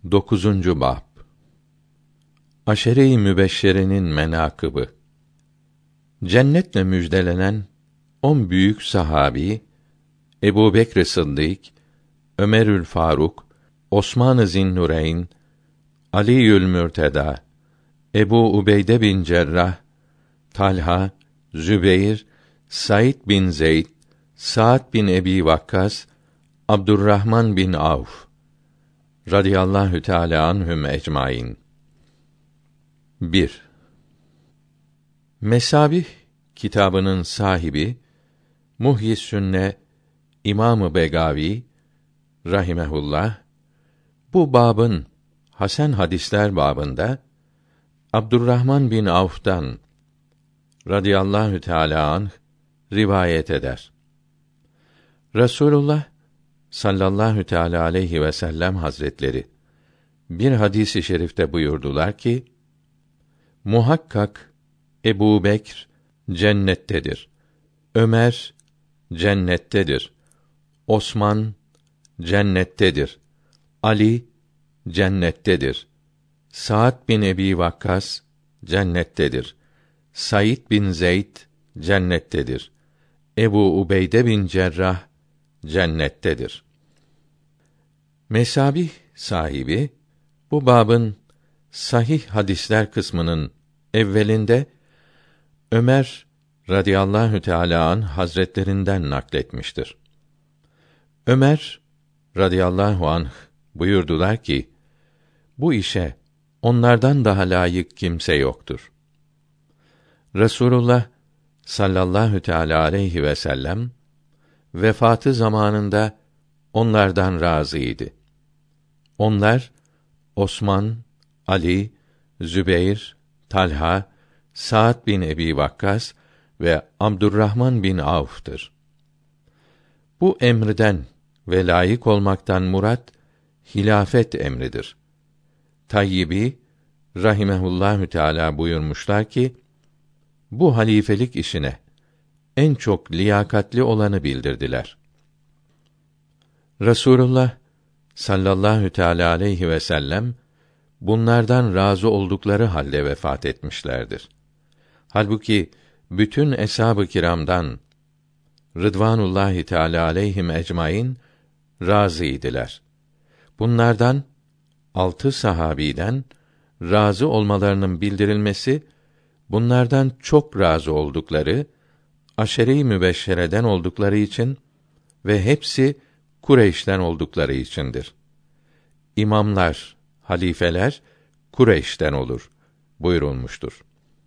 9. Bab. Aşere-i Mübeşşere'nin menâkıbı. Cennetle müjdelenen 10 büyük sahabi, Ebubekr Sıddık, Ömerül Faruk, Osman-ı Zinnureyn, Ali'ül Mürteda, Ebu Ubeyde bin Cerrah, Talha, Zübeyr, Said bin Zeyd, Sa'd bin Ebi Vakkas, Abdurrahman bin Avf radıyallahu teâlâ anhum ecmaîn. 1. Mesâbih kitabının sahibi Muhyis Sünne İmam-ı Begavi rahimehullah bu babın hasen hadisler babında Abdurrahman bin Avf'tan radıyallahu teâlâ anh rivayet eder. Resulullah sallallahu teâlâ aleyhi ve sellem hazretleri bir hadis-i şerifte buyurdular ki: Muhakkak Ebubekr cennettedir. Ömer cennettedir. Osman cennettedir. Ali cennettedir. Sa'd bin Ebi Vakkas cennettedir. Said bin Zeyd cennettedir. Ebu Ubeyde bin Cerrah cennettedir. Mesâbih sahibi bu babın sahih hadisler kısmının evvelinde Ömer radıyallahu teâlâ anh hazretlerinden nakletmiştir. Ömer radıyallahu anh buyurdular ki: bu işe onlardan daha layık kimse yoktur. Resulullah sallallahu teâlâ aleyhi ve sellem vefatı zamanında onlardan razıydı. Onlar Osman, Ali, Zübeyr, Talha, Sa'd bin Ebi Vakkas ve Abdurrahman bin Avf'tır. Bu emrden ve layık olmaktan murat hilafet emridir. Tayyibi rahimehullahü teâlâ buyurmuşlar ki: bu halifelik işine en çok liyakatli olanı bildirdiler. Resulullah sallallahu teâlâ aleyhi ve sellem bunlardan razı oldukları halde vefat etmişlerdir. Halbuki bütün eshab-ı kiramdan Rıdvanullahi Teâlâ aleyhim ecmaîn razıydılar. Bunlardan 6 sahabiden razı olmalarının bildirilmesi, bunlardan çok razı oldukları, aşere-i mübeşşereden oldukları için ve hepsi Kureyş'ten oldukları içindir. İmamlar, halifeler Kureyş'ten olur buyurulmuştur.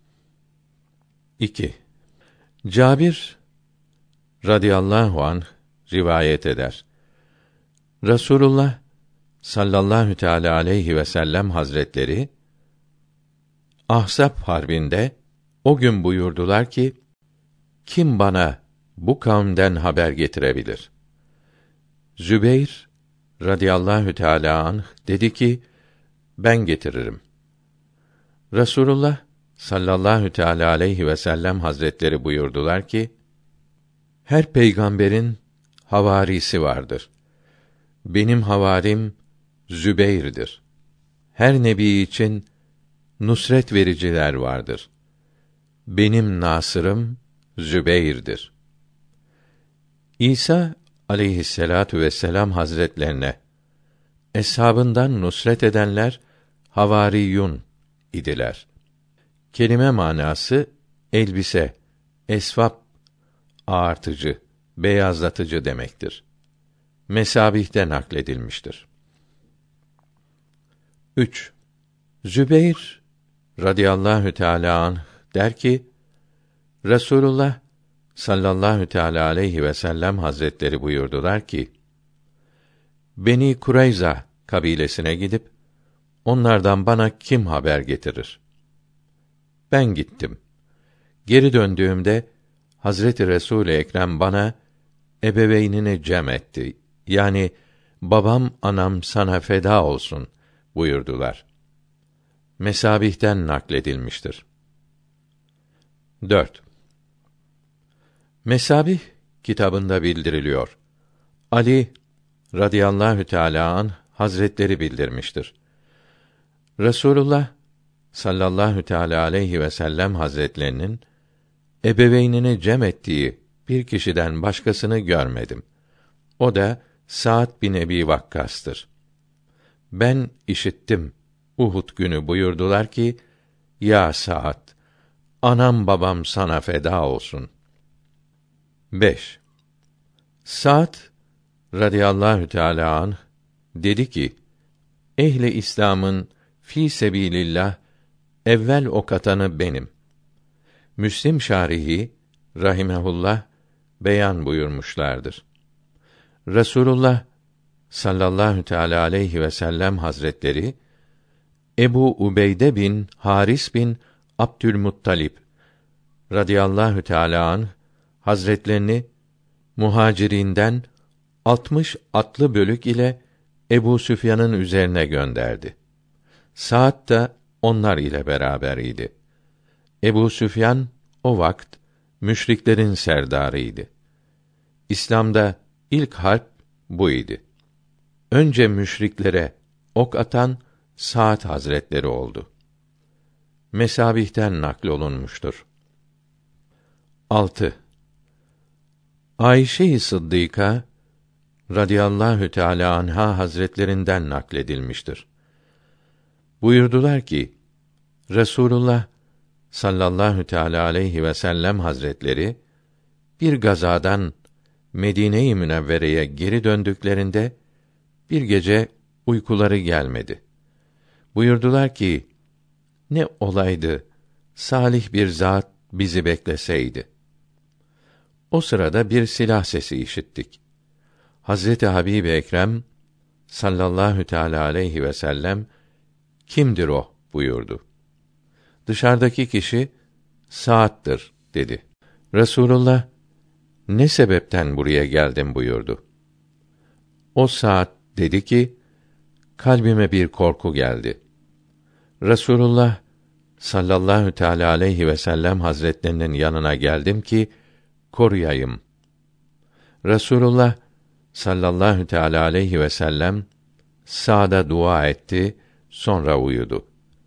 2. Cabir radıyallahu anh rivayet eder. Resulullah sallallahu teâlâ aleyhi ve sellem hazretleri Ahzab harbinde o gün buyurdular ki: kim bana bu kavmden haber getirebilir? Zübeyr radıyallahu teâlâ anh dedi ki: ben getiririm. Resulullah sallallahu teâlâ aleyhi ve sellem hazretleri buyurdular ki: her peygamberin havarisi vardır. Benim havarim Zübeyr'dir. Her nebi için nusret vericiler vardır. Benim nasırım Zübeyr'dir. İsa aleyhisselatu vesselam hazretlerine eshabından nusret edenler havariyun idiler. Kelime manası elbise, esvap, ağartıcı, beyazlatıcı demektir. Mesâbih'te nakledilmiştir. 3. Zübeyr radıyallahu teâlâ anh der ki: Resulullah sallallahu teâlâ aleyhi ve sellem hazretleri buyurdular ki: Beni Kureyza kabilesine gidip onlardan bana kim haber getirir? Ben gittim. Geri döndüğümde Hazreti Resul-i Ekrem bana ebeveynini cem etti. Yani babam anam sana feda olsun buyurdular. Mesâbih'ten nakledilmiştir. 4. Mesâbih kitabında bildiriliyor. Ali radıyallahu teâlâ anh hazretleri bildirmiştir. Resulullah sallallahu teala aleyhi ve sellem hazretlerinin ebeveynini cem ettiği bir kişiden başkasını görmedim. O da Sa'd bin Ebi Vakkas'tır. Ben işittim Uhud günü buyurdular ki: Ya Sa'd, anam babam sana feda olsun. 5. Sa'd radıyallahu teâlâ anh dedi ki: Ehli İslam'ın fî sebilillah evvel ok atanı benim. Müslim şarihi rahimehullah beyan buyurmuşlardır. Resulullah sallallahu teâlâ aleyhi ve sellem hazretleri Ebu Ubeyde bin Haris bin Abdülmuttalib radıyallahu teâlâ anh hazretlerini muhacirinden 60 atlı bölük ile Ebu Süfyan'ın üzerine gönderdi. Sa'd da onlar ile beraber idi. Ebu Süfyan o vakt müşriklerin serdarıydı. İslam'da ilk harp bu idi. Önce müşriklere ok atan Sa'd Hazretleri oldu. Mesabih'ten naklolunmuştur. 6. Ayşe-i Sıddıka radıyallahu teâlâ anha hazretlerinden nakledilmiştir. Buyurdular ki: Resulullah sallallahu teâlâ aleyhi ve sellem hazretleri bir gazadan Medine-i Münevvere'ye geri döndüklerinde bir gece uykuları gelmedi. Buyurdular ki: Ne olaydı salih bir zat bizi bekleseydi. O sırada bir silah sesi işittik. Hazreti Habib-i Ekrem sallallahu teâlâ aleyhi ve sellem kimdir o buyurdu. Dışarıdaki kişi Sa'd'dır dedi. Resulullah ne sebepten buraya geldim buyurdu. O Sa'd dedi ki: Kalbime bir korku geldi. Resulullah sallallahu teâlâ aleyhi ve sellem hazretlerinin yanına geldim ki koruyayım. Resulullah sallallahu teâlâ aleyhi ve sellem Sa'd'a dua etti, sonra uyudu.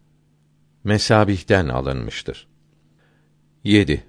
Mesabih'ten alınmıştır. 7.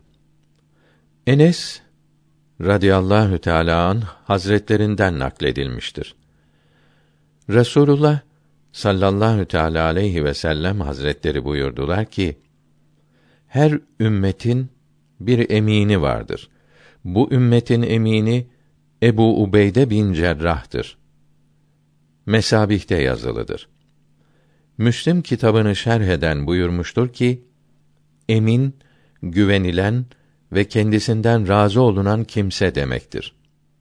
Enes radıyallahu teâlâ anh hazretlerinden nakledilmiştir. Resulullah sallallahu teâlâ aleyhi ve sellem hazretleri buyurdular ki: Her ümmetin bir emini vardır. Bu ümmetin emini Ebu Ubeyde bin Cerrah'tır. Mesabih'te yazılıdır. Müslim kitabını şerh eden buyurmuştur ki: Emin, güvenilen ve kendisinden razı olunan kimse demektir.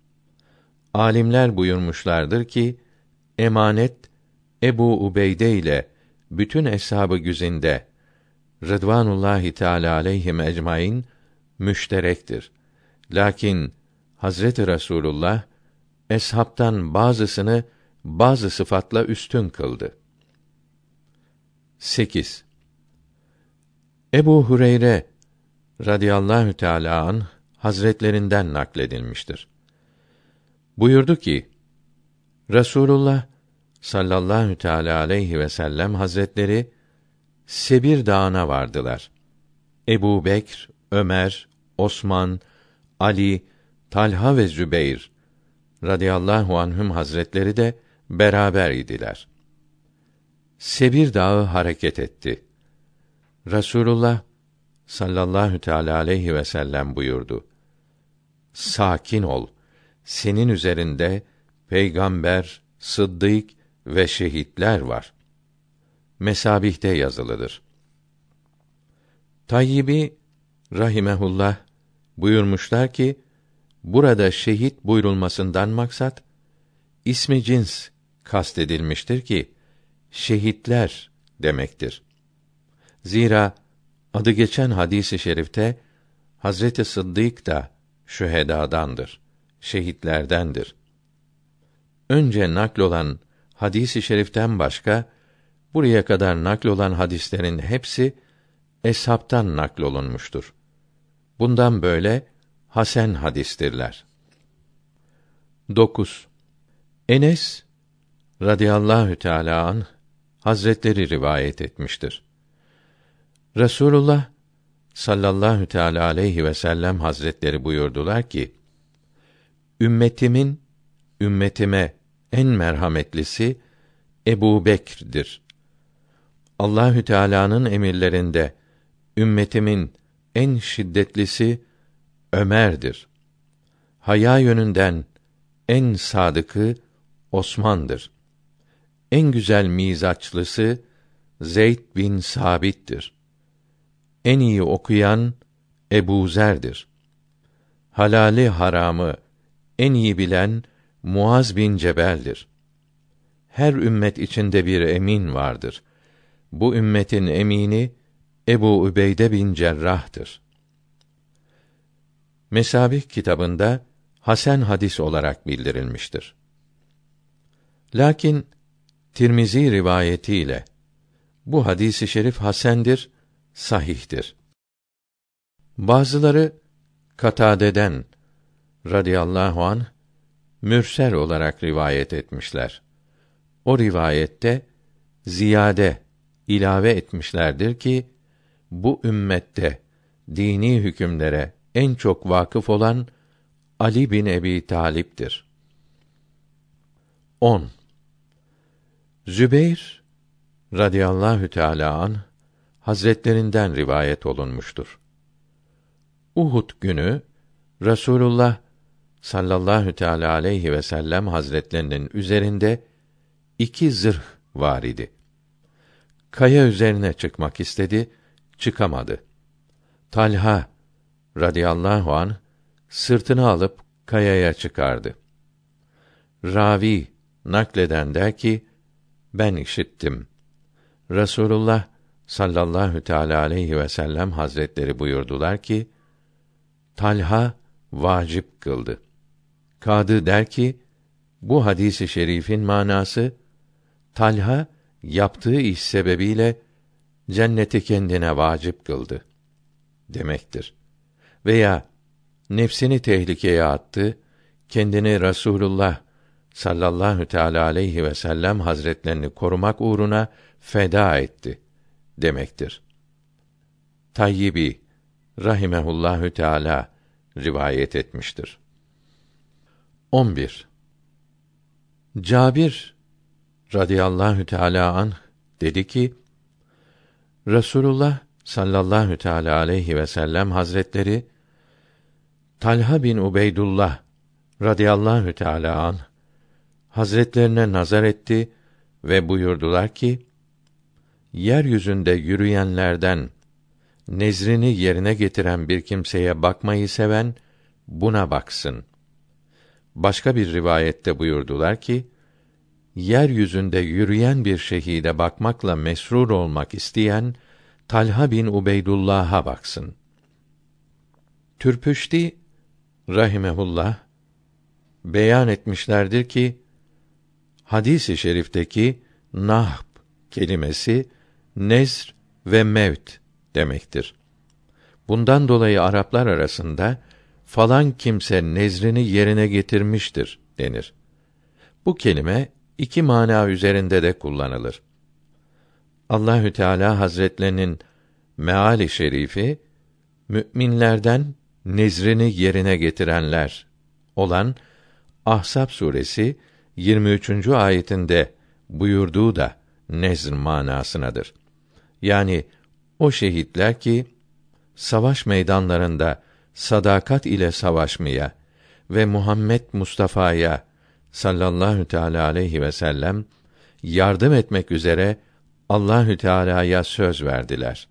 Alimler buyurmuşlardır ki emanet Ebu Ubeyde ile bütün eshab-ı güzinde Rıdvanullahi Teâlâ aleyhim ecmaîn müşterektir. Lakin Hazreti Resulullah eshabtan bazısını bazı sıfatla üstün kıldı. 8. Ebu Hureyre radıyallahu teâlâ anh hazretlerinden nakledilmiştir. Buyurdu ki: Resulullah sallallahu teâlâ aleyhi ve sellem hazretleri Sebir Dağı'na vardılar. Ebu Bekr, Ömer, Osman, Ali, Talha ve Zübeyr radıyallahu anhüm hazretleri de beraber idiler. Sebir Dağı hareket etti. Resulullah sallallahu teâlâ aleyhi ve sellem buyurdu: Sakin ol. Senin üzerinde peygamber, sıddık ve şehitler var. Mesabih'te yazılıdır. Tayyibi rahimehullah buyurmuşlar ki burada şehit buyurulmasından maksat ismi cins kastedilmiştir ki şehitler demektir. Zira adı geçen hadis-i şerifte Hazreti Sıddık da şühedâdandır, şehitlerdendir. Önce naklolan hadis-i şeriften başka buraya kadar naklolan hadislerin hepsi eshabtan naklolunmuştur. Bundan böyle hasen hadistirler. 9. Enes radıyallahu teâlâ anh Hazretleri rivayet etmiştir. Resulullah sallallahu teâlâ aleyhi ve sellem Hazretleri buyurdular ki: Ümmetime en merhametlisi Ebu Bekr'dir. Allahü Teala'nın emirlerinde ümmetimin en şiddetlisi Ömer'dir. Haya yönünden en sadıkı Osman'dır. En güzel mizaçlısı Zeyd bin Sabit'tir. En iyi okuyan Ebu Zer'dir. Halali haramı en iyi bilen Muaz bin Cebel'dir. Her ümmet içinde bir emin vardır. Bu ümmetin emini Ebu Übeyde bin Cerrah'tır. Mesabih kitabında hasen hadis olarak bildirilmiştir. Lakin Tirmizi rivayetiyle bu hadis-i şerif hasendir, sahihtir. Bazıları Katade'den radıyallahu anh mürsel olarak rivayet etmişler. O rivayette ziyade ilave etmişlerdir ki bu ümmette dini hükümlere en çok vakıf olan Ali bin Ebi Talip'tir. 10. Zübeyr radıyallahu teâlâ anh hazretlerinden rivayet olunmuştur. Uhud günü Resulullah sallallahu teâlâ aleyhi ve sellem hazretlerinin üzerinde 2 zırh var idi. Kaya üzerine çıkmak istedi, çıkamadı. Talha radıyallahu anh sırtını alıp kayaya çıkardı. Ravi nakleden der ki, ben işittim. Resulullah sallallahu teâlâ aleyhi ve sellem hazretleri buyurdular ki, Talha vacip kıldı. Kadı der ki, bu hadis-i şerifin manası, Talha yaptığı iş sebebiyle cenneti kendine vacip kıldı demektir. Veya nefsini tehlikeye attı, kendini Resulullah sallallahu teâlâ aleyhi ve sellem hazretlerini korumak uğruna feda etti demektir. Tayyibi rahimehullahü teâlâ rivayet etmiştir. 11. Cabir radıyallahu teâlâ anh dedi ki, Resulullah sallallahu teâlâ aleyhi ve sellem hazretleri Talha bin Ubeydullah radıyallahu teâlâ anh hazretlerine nazar etti ve buyurdular ki, yeryüzünde yürüyenlerden nezrini yerine getiren bir kimseye bakmayı seven buna baksın. Başka bir rivayette buyurdular ki, yeryüzünde yürüyen bir şehide bakmakla mesrur olmak isteyen Talha bin Ubeydullah'a baksın. Türpüşti rahimehullah beyan etmişlerdir ki, hadis-i şerifteki nahb kelimesi nezr ve mevt demektir. Bundan dolayı Araplar arasında falan kimse nezrini yerine getirmiştir denir. Bu kelime 2 mana üzerinde de kullanılır. Allahü Teala Hazretlerinin meali şerifi müminlerden nezrini yerine getirenler olan Ahzab suresi 23. ayetinde buyurduğu da nezr manasınadır. Yani o şehitler ki savaş meydanlarında sadakat ile savaşmaya ve Muhammed Mustafa'ya sallallahu teâlâ aleyhi ve sellem yardım etmek üzere Allahü Teala'ya söz verdiler.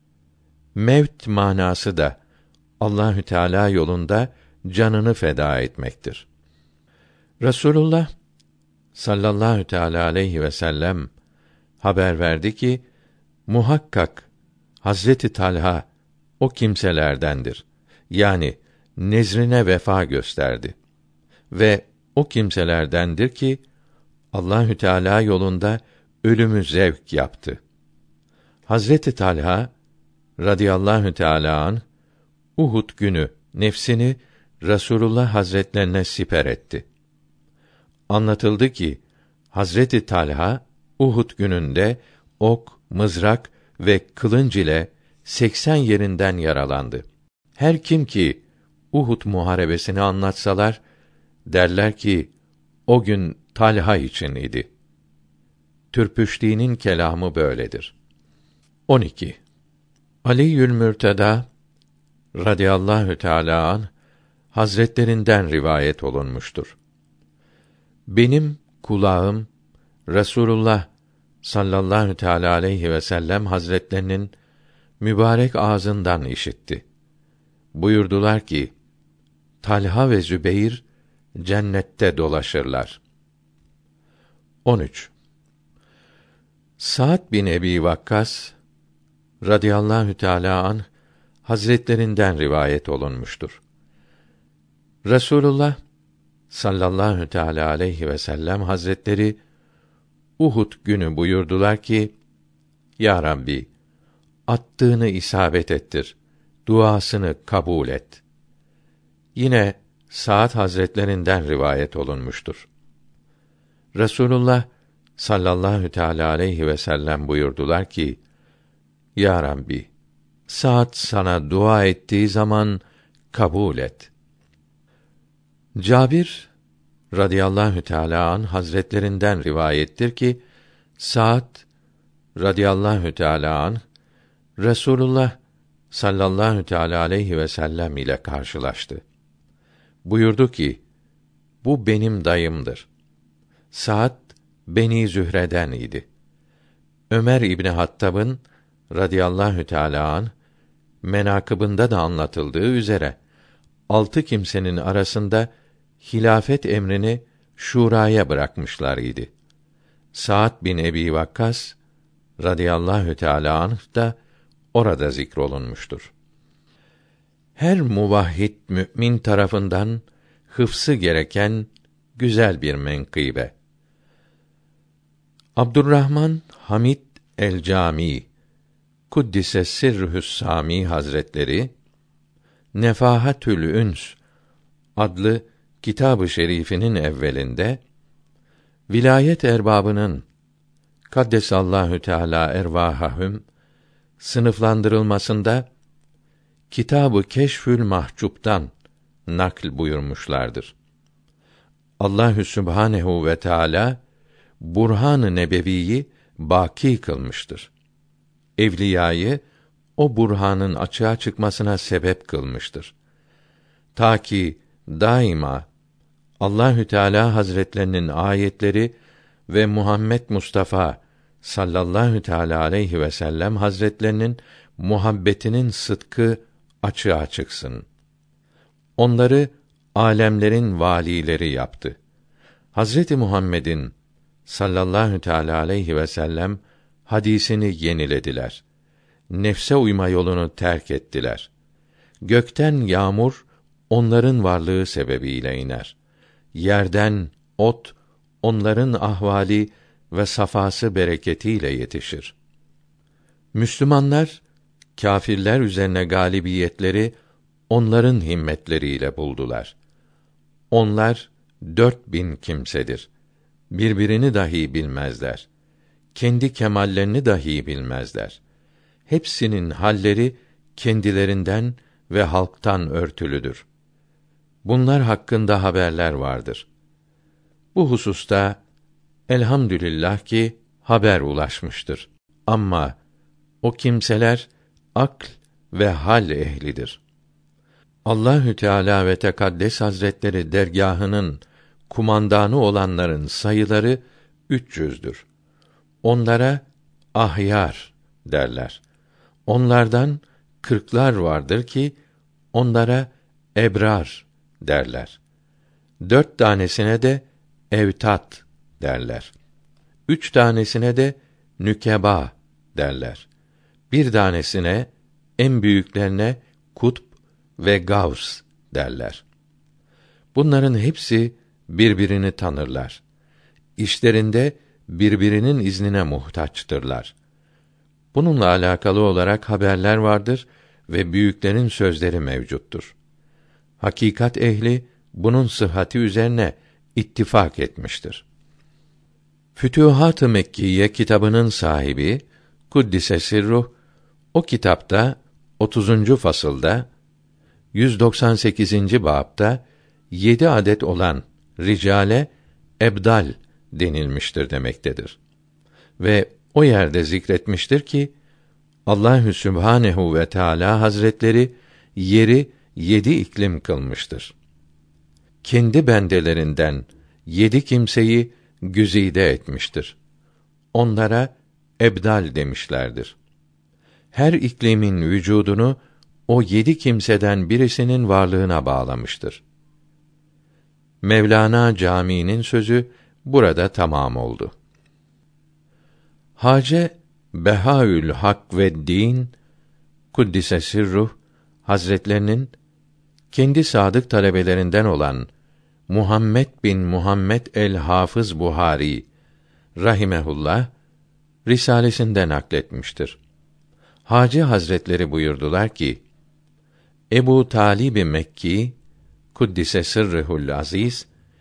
Mevt manası da Allahü Teala yolunda canını feda etmektir. Resulullah sallallahu teâlâ aleyhi ve sellem haber verdi ki, muhakkak Hazreti Talha o kimselerdendir. Yani nezrine vefa gösterdi ve o kimselerdendir ki Allahü Teala yolunda ölümü zevk yaptı. Hazreti Talha radıyallahu teâlâ anh Uhud günü nefsini Resulullah Hazretlerine siper etti. Anlatıldı ki Hazreti Talha Uhud gününde ok, mızrak ve kılınç ile 80 yerinden yaralandı. Her kim ki Uhud muharebesini anlatsalar, derler ki, o gün Talha için idi. Türpüşti'nin kelamı böyledir. 12. Ali'ül Mürteda radıyallahu teâlâ anh hazretlerinden rivayet olunmuştur. Benim kulağım Resulullah sallallahu teâlâ aleyhi ve sellem hazretlerinin mübarek ağzından işitti. Buyurdular ki, Talha ve Zübeyir cennette dolaşırlar. 13. Sa'd bin Ebi Vakkas radıyallahu teâlâ anh hazretlerinden rivayet olunmuştur. Resulullah sallallahu teâlâ aleyhi ve sellem hazretleri Uhud günü buyurdular ki, Ya Rabbi, attığını isabet ettir, duasını kabul et. Yine Sa'd hazretlerinden rivayet olunmuştur. Resulullah sallallahu teâlâ aleyhi ve sellem buyurdular ki, Ya Rabbi, Sa'd sana dua ettiği zaman kabul et. Cabir radıyallahu teâlâ anh hazretlerinden rivayettir ki, Sa'd radıyallahu teâlâ anh Resulullah sallallahu teâlâ aleyhi ve sellem ile karşılaştı. Buyurdu ki, bu benim dayımdır. Sa'd Beni Zühre'den idi. Ömer İbni Hattab'ın radıyallahu teâlâ anh menakıbında da anlatıldığı üzere 6 kimsenin arasında hilafet emrini şuraya bırakmışlar idi. Sa'd bin Ebi Vakkas radıyallahu teâlâ anh da orada zikrolunmuştur. Her muvahhid mümin tarafından hıfzı gereken güzel bir menkıbe. Abdurrahman Hamid el-Cami Kuddise Sirruhus Sami Hazretleri Nefahatül Üns adlı kitab-ı şerifinin evvelinde vilayet erbabının Kaddesallahu Teala ervahahum sınıflandırılmasında Kitab-ı Keşfül Mahcub'dan nakl buyurmuşlardır. Allahü Sübhanehu ve Teala Burhan-ı Nebevi'yi baki kılmıştır. Evliyayı o burhanın açığa çıkmasına sebep kılmıştır. Ta ki daima Allahü Teala Hazretlerinin ayetleri ve Muhammed Mustafa sallallahu teala aleyhi ve sellem Hazretlerinin muhabbetinin sıdkı açığa çıksın. Onları âlemlerin valileri yaptı. Hazreti Muhammed'in sallallahu teala aleyhi ve sellem hadisini yenilediler. Nefse uyma yolunu terk ettiler. Gökten yağmur onların varlığı sebebiyle iner. Yerden ot onların ahvali ve safası bereketiyle yetişir. Müslümanlar kâfirler üzerine galibiyetleri onların himmetleriyle buldular. Onlar 4000 kimsedir. Birbirini dahi bilmezler. Kendi kemallerini dahi bilmezler. Hepsinin halleri kendilerinden ve halktan örtülüdür. Bunlar hakkında haberler vardır. Bu hususta elhamdülillah ki haber ulaşmıştır. Ama o kimseler akl ve hal ehlidir. Allahü Teala ve Tekaddes Hazretleri dergâhının kumandanı olanların sayıları 300'dür. Onlara ahyar derler. Onlardan 40'lar vardır ki onlara ebrar derler. 4 tanesine de evtat derler. 3 tanesine de nükeba derler. Bir tanesine, en büyüklerine kutb ve gavs derler. Bunların hepsi birbirini tanırlar. İşlerinde birbirinin iznine muhtaçtırlar. Bununla alakalı olarak haberler vardır ve büyüklerin sözleri mevcuttur. Hakikat ehli bunun sıhhati üzerine ittifak etmiştir. Fütûhat-ı Mekkiye kitabının sahibi Kuddise Sirruh, o kitapta 30. fasılda 198. bapta 7 adet olan ricale ebdal denilmiştir demektedir. Ve o yerde zikretmiştir ki Allahü Sübhanehu ve Teala Hazretleri yeri 7 iklim kılmıştır. Kendi bendelerinden 7 kimseyi güzide etmiştir. Onlara ebdal demişlerdir. Her iklimin vücudunu o 7 kimseden birisinin varlığına bağlamıştır. Mevlana Camii'nin sözü burada tamam oldu. Hace Behaül Hak ve Din Kuddise Sirruh Hazretlerinin kendi sadık talebelerinden olan Muhammed bin Muhammed el-Hafız Buhari rahimehullah risalesinden nakletmiştir. Hacı Hazretleri buyurdular ki: Ebu Talib-i Mekki Kuddise Sırrıhul Aziz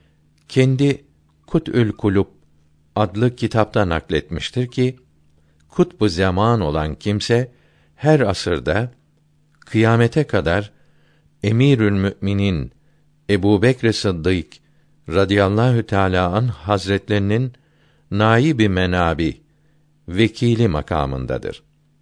kendi Kut'ül Kulub adlı kitapta nakletmiştir ki kutb-ı zaman olan kimse her asırda kıyamete kadar Emirül Müminin Ebu Bekr Sıddık radıyallahu teâlâ anh hazretlerinin nâib-i menâbi vekili makamındadır.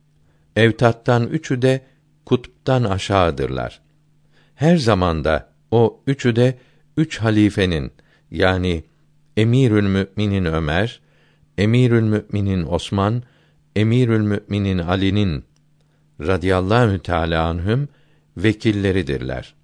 Evtattan üçü de kutuptan aşağıdırlar. Her zamanda o üçü de 3 halifenin yani Emirül Müminin Ömer, Emirül Müminin Osman, Emirül Müminin Ali'nin radıyallahu teâlâ anhüm vekilleridirler.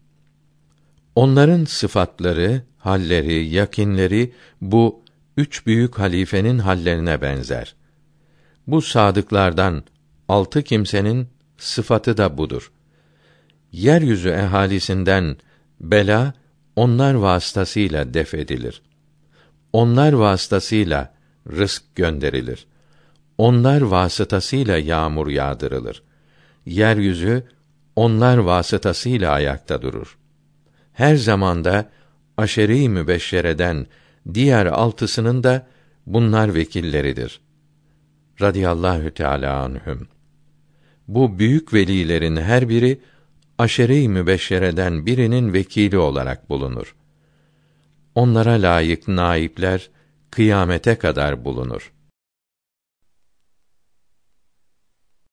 Onların sıfatları, halleri, yakinleri bu 3 büyük halifenin hallerine benzer. Bu sadıklardan 6 kimsenin sıfatı da budur. Yeryüzü ehalisinden bela onlar vasıtasıyla def edilir. Onlar vasıtasıyla rızk gönderilir. Onlar vasıtasıyla yağmur yağdırılır. Yeryüzü onlar vasıtasıyla ayakta durur. Her zamanda aşere-i mübeşşereden diğer 6'sının da bunlar vekilleridir. Radiyallahu teâlâ anhüm. Bu büyük velilerin her biri aşere-i mübeşşereden birinin vekili olarak bulunur. Onlara layık naipler kıyamete kadar bulunur.